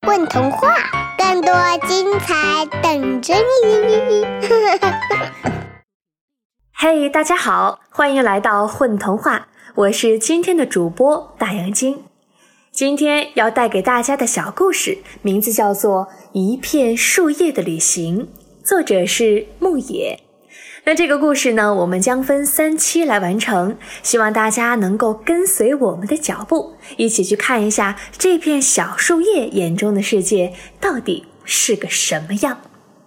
混童话，更多精彩等着你！ 嘿，大家好，欢迎来到混童话，我是今天的主播大杨晶。今天要带给大家的小故事名字叫做《一片树叶的旅行》，作者是牧野。那这个故事呢，我们将分3期来完成，希望大家能够跟随我们的脚步，一起去看一下这片小树叶眼中的世界到底是个什么样。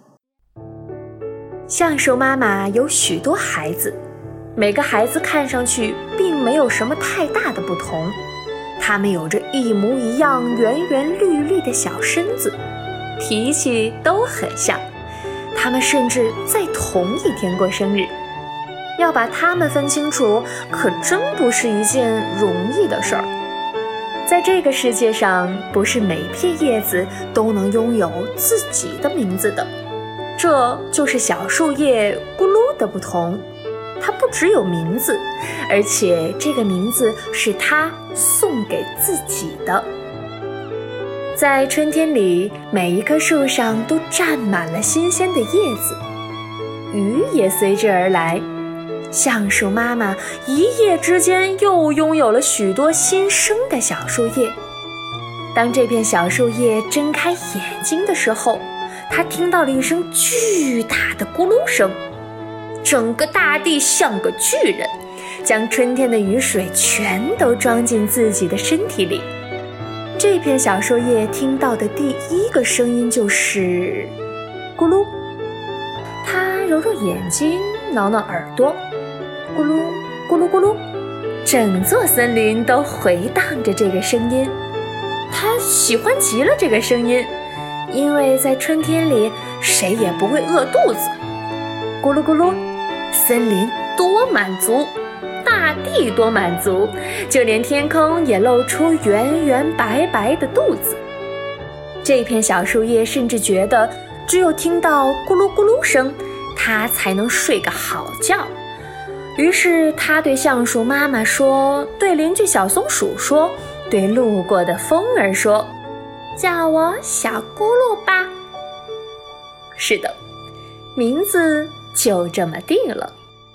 橡树妈妈有许多孩子，每个孩子看上去并没有什么太大的不同，他们有着一模一样圆圆绿绿的小身子，脾气都很像，他们甚至在同一天过生日。要把他们分清楚，可真不是一件容易的事儿。在这个世界上，不是每片叶子都能拥有自己的名字的，这就是小树叶咕噜的不同。它不只有名字，而且这个名字是它送给自己的。在春天里，每一棵树上都站满了新鲜的叶子，雨也随之而来。橡树妈妈一夜之间又拥有了许多新生的小树叶。当这片小树叶睁开眼睛的时候，它听到了一声巨大的咕噜声，整个大地像个巨人，将春天的雨水全都装进自己的身体里。这片小树叶听到的第一个声音就是咕噜，它揉揉眼睛，挠挠耳朵，咕噜咕噜咕噜，整座森林都回荡着这个声音。它喜欢极了这个声音，因为在春天里谁也不会饿肚子。咕噜咕噜，森林多满足，大地多满足，就连天空也露出圆圆白白的肚子。这片小树叶甚至觉得只有听到咕噜咕噜声，它才能睡个好觉。于是它对橡树妈妈说，对邻居小松鼠说，对路过的风儿说，叫我小咕噜吧。是的，名字就这么定了。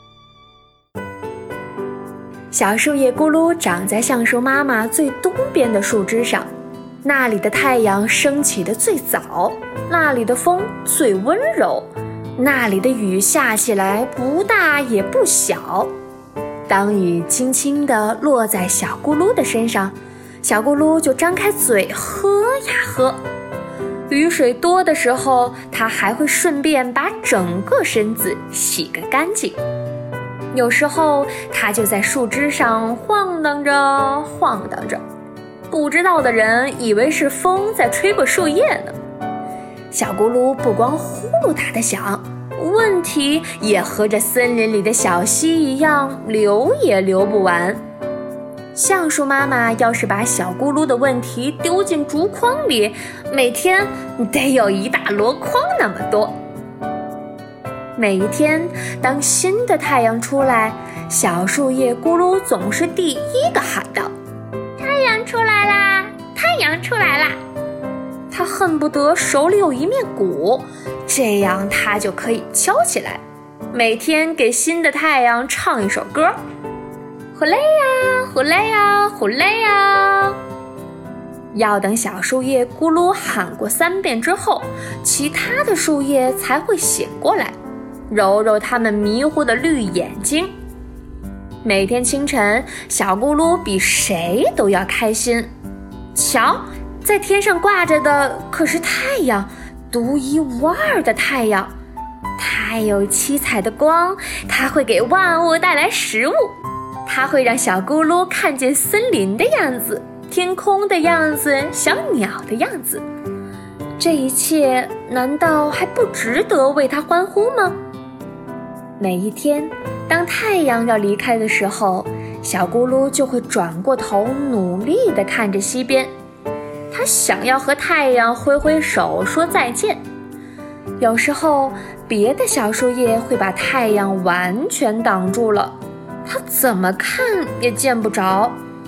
小树叶咕噜长在橡树妈妈最东边的树枝上，那里的太阳升起的最早，那里的风最温柔，那里的雨下起来不大也不小。当雨轻轻地落在小咕噜的身上，小咕噜就张开嘴喝呀喝。雨水多的时候，它还会顺便把整个身子洗个干净。有时候它就在树枝上晃荡着晃荡着，不知道的人以为是风在吹过树叶呢。小咕噜不光呼噜哒地想，问题也和这森林里的小溪一样，流也流不完。橡树妈妈要是把小咕噜的问题丢进竹筐里，每天得有一大箩筐那么多。每一天，当新的太阳出来，小树叶咕噜总是第一个喊道：太阳出来啦，太阳出来啦！他恨不得手里有一面鼓，这样他就可以敲起来，每天给新的太阳唱一首歌。呼嘞呀，呼嘞呀，呼嘞呀！要等小树叶咕噜喊过3遍之后，其他的树叶才会醒过来，揉揉它们迷糊的绿眼睛。每天清晨，小咕噜比谁都要开心。瞧，在天上挂着的可是太阳，独一无二的太阳。它有7彩的光，它会给万物带来食物，它会让小咕噜看见森林的样子，天空的样子，小鸟的样子。这一切难道还不值得为它欢呼吗？每一天，当太阳要离开的时候，小咕噜就会转过头，努力地看着西边。它想要和太阳挥挥手说再见。有时候，别的小树叶会把太阳完全挡住了，它怎么看也见不着。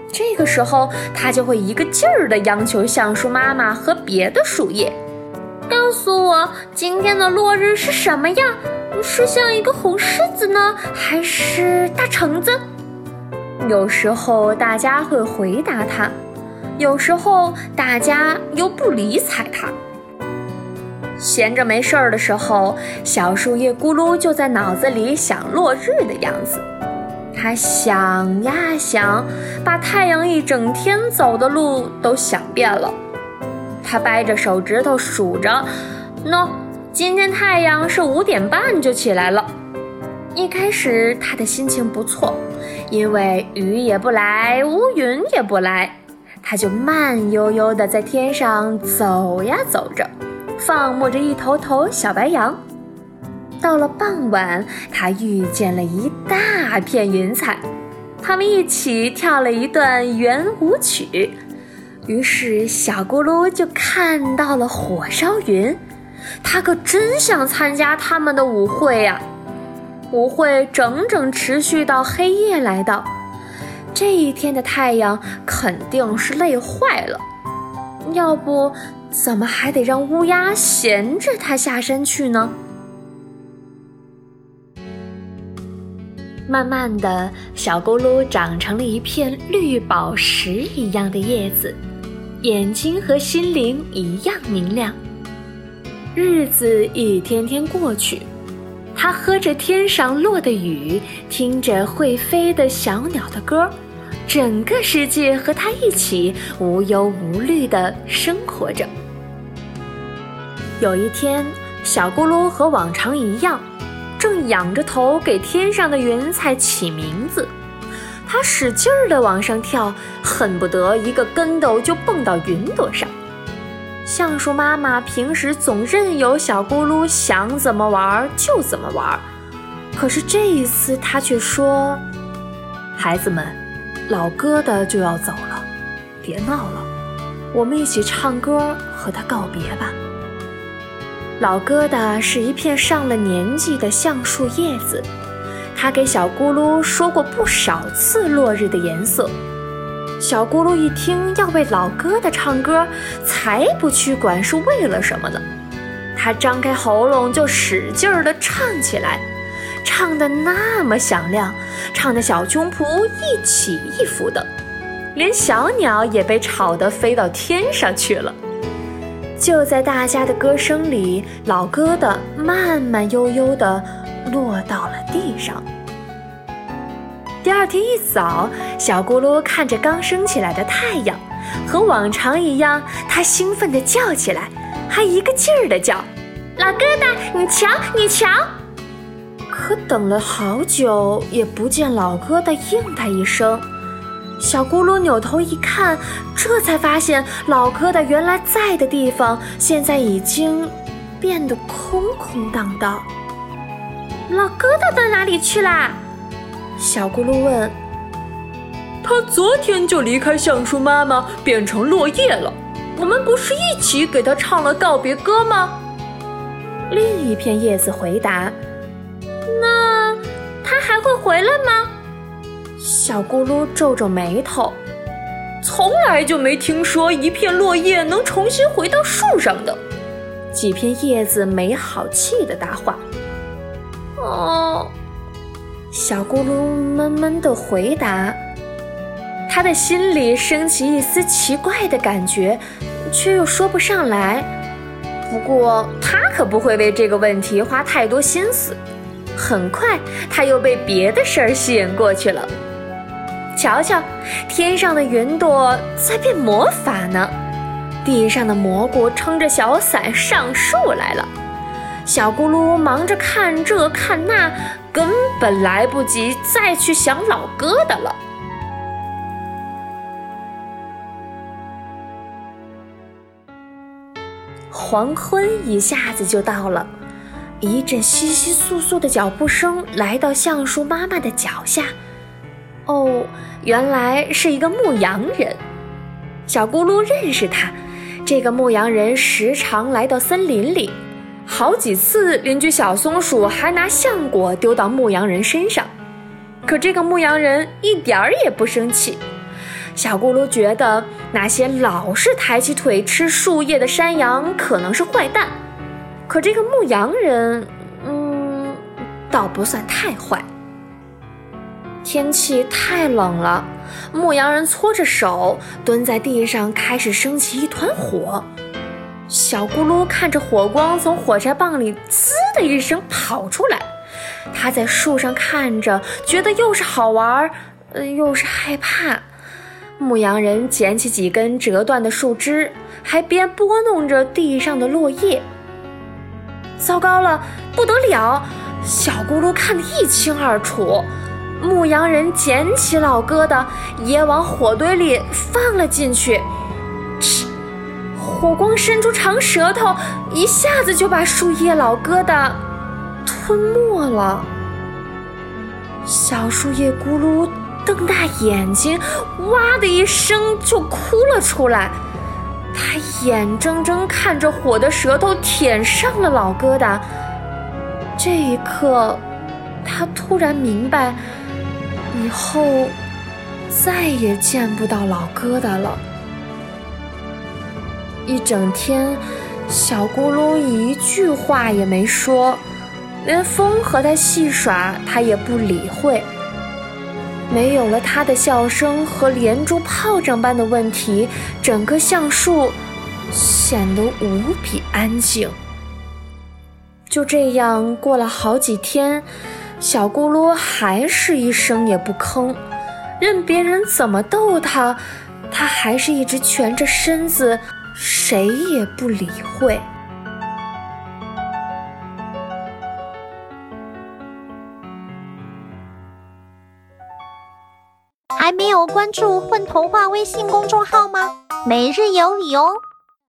这个时候，它就会一个劲儿地央求橡树妈妈和别的树叶，告诉我今天的落日是什么样？是像一个红柿子呢，还是大橙子？有时候大家会回答它，有时候大家又不理睬它。闲着没事儿的时候，小树叶咕噜就在脑子里想落日的样子。他想呀想，把太阳一整天走的路都想遍了。他掰着手指头数着，今天太阳是5点半就起来了。一开始他的心情不错，因为雨也不来，乌云也不来，他就慢悠悠地在天上走呀走着，放牧着一头头小白羊。到了傍晚，他遇见了一大片云彩，他们一起跳了一段圆舞曲。于是小咕噜就看到了火烧云，他可真想参加他们的舞会呀！舞会整整持续到黑夜来到，这一天的太阳肯定是累坏了，要不怎么还得让乌鸦衔着它下山去呢？慢慢的，小咕噜长成了一片绿宝石一样的叶子，眼睛和心灵一样明亮。日子一天天过去，他喝着天上落的雨，听着会飞的小鸟的歌，整个世界和他一起无忧无虑地生活着。有一天，小咕噜和往常一样，正仰着头给天上的云彩起名字。他使劲儿地往上跳，恨不得一个跟斗就蹦到云朵上。橡树妈妈平时总任由小咕噜想怎么玩就怎么玩，可是这一次她却说：孩子们，老疙瘩就要走了，别闹了，我们一起唱歌和他告别吧。老疙瘩是一片上了年纪的橡树叶子，他给小咕噜说过不少次落日的颜色。小咕噜一听要为老疙瘩唱歌，才不去管是为了什么呢。他张开喉咙就使劲儿地唱起来，唱得那么响亮，唱得小胸脯一起一伏的，连小鸟也被吵得飞到天上去了。就在大家的歌声里，老疙瘩慢慢悠悠地落到了地上。第二天一早，小咕噜看着刚升起来的太阳，和往常一样，他兴奋地叫起来，还一个劲儿地叫：老疙瘩，你瞧，你瞧！可等了好久，也不见老疙瘩应他一声。小咕噜扭头一看，这才发现老疙瘩原来在的地方，现在已经变得空空荡荡。老疙瘩到哪里去啦？小咕噜问。他昨天就离开橡树妈妈，变成落叶了。我们不是一起给他唱了告别歌吗？另一片叶子回答。那他还会回来吗？小咕噜皱皱眉头，从来就没听说一片落叶能重新回到树上的。几片叶子没好气地答话。小咕噜闷闷地回答。他的心里升起一丝奇怪的感觉，却又说不上来。不过他可不会为这个问题花太多心思。很快他又被别的事儿吸引过去了。瞧瞧，天上的云朵在变魔法呢，地上的蘑菇撑着小伞上树来了。小咕噜忙着看这看那，根本来不及再去想老疙瘩了。黄昏一下子就到了，一阵窸窸窣窣的脚步声来到橡树妈妈的脚下。原来是一个牧羊人。小咕噜认识他，这个牧羊人时常来到森林里，好几次邻居小松鼠还拿橡果丢到牧羊人身上，可这个牧羊人一点儿也不生气。 小咕噜觉得那些老是抬起腿吃树叶的山羊可能是坏蛋，可这个牧羊人，倒不算太坏。天气太冷了，牧羊人搓着手蹲在地上，开始升起一团火。小咕噜看着火光从火柴棒里滋的一声跑出来，他在树上看着，觉得又是好玩，又是害怕。牧羊人捡起几根折断的树枝，还边拨弄着地上的落叶。糟糕了，不得了！小咕噜看得一清二楚。牧羊人捡起老疙瘩，也往火堆里放了进去。嗤！火光伸出长舌头，一下子就把树叶老疙瘩吞没了。小树叶咕噜瞪大眼睛，哇的一声就哭了出来。他眼睁睁看着火的舌头舔上了老疙瘩。这一刻，他突然明白，以后再也见不到老疙瘩了。一整天，小咕噜一句话也没说，连风和他戏耍，他也不理会。没有了他的笑声和连珠炮仗般的问题，整个橡树显得无比安静。就这样过了好几天，小咕噜还是一声也不吭，任别人怎么逗他，他还是一直蜷着身子，谁也不理会。 还没有关注混童话微信公众号吗？每日有礼哦！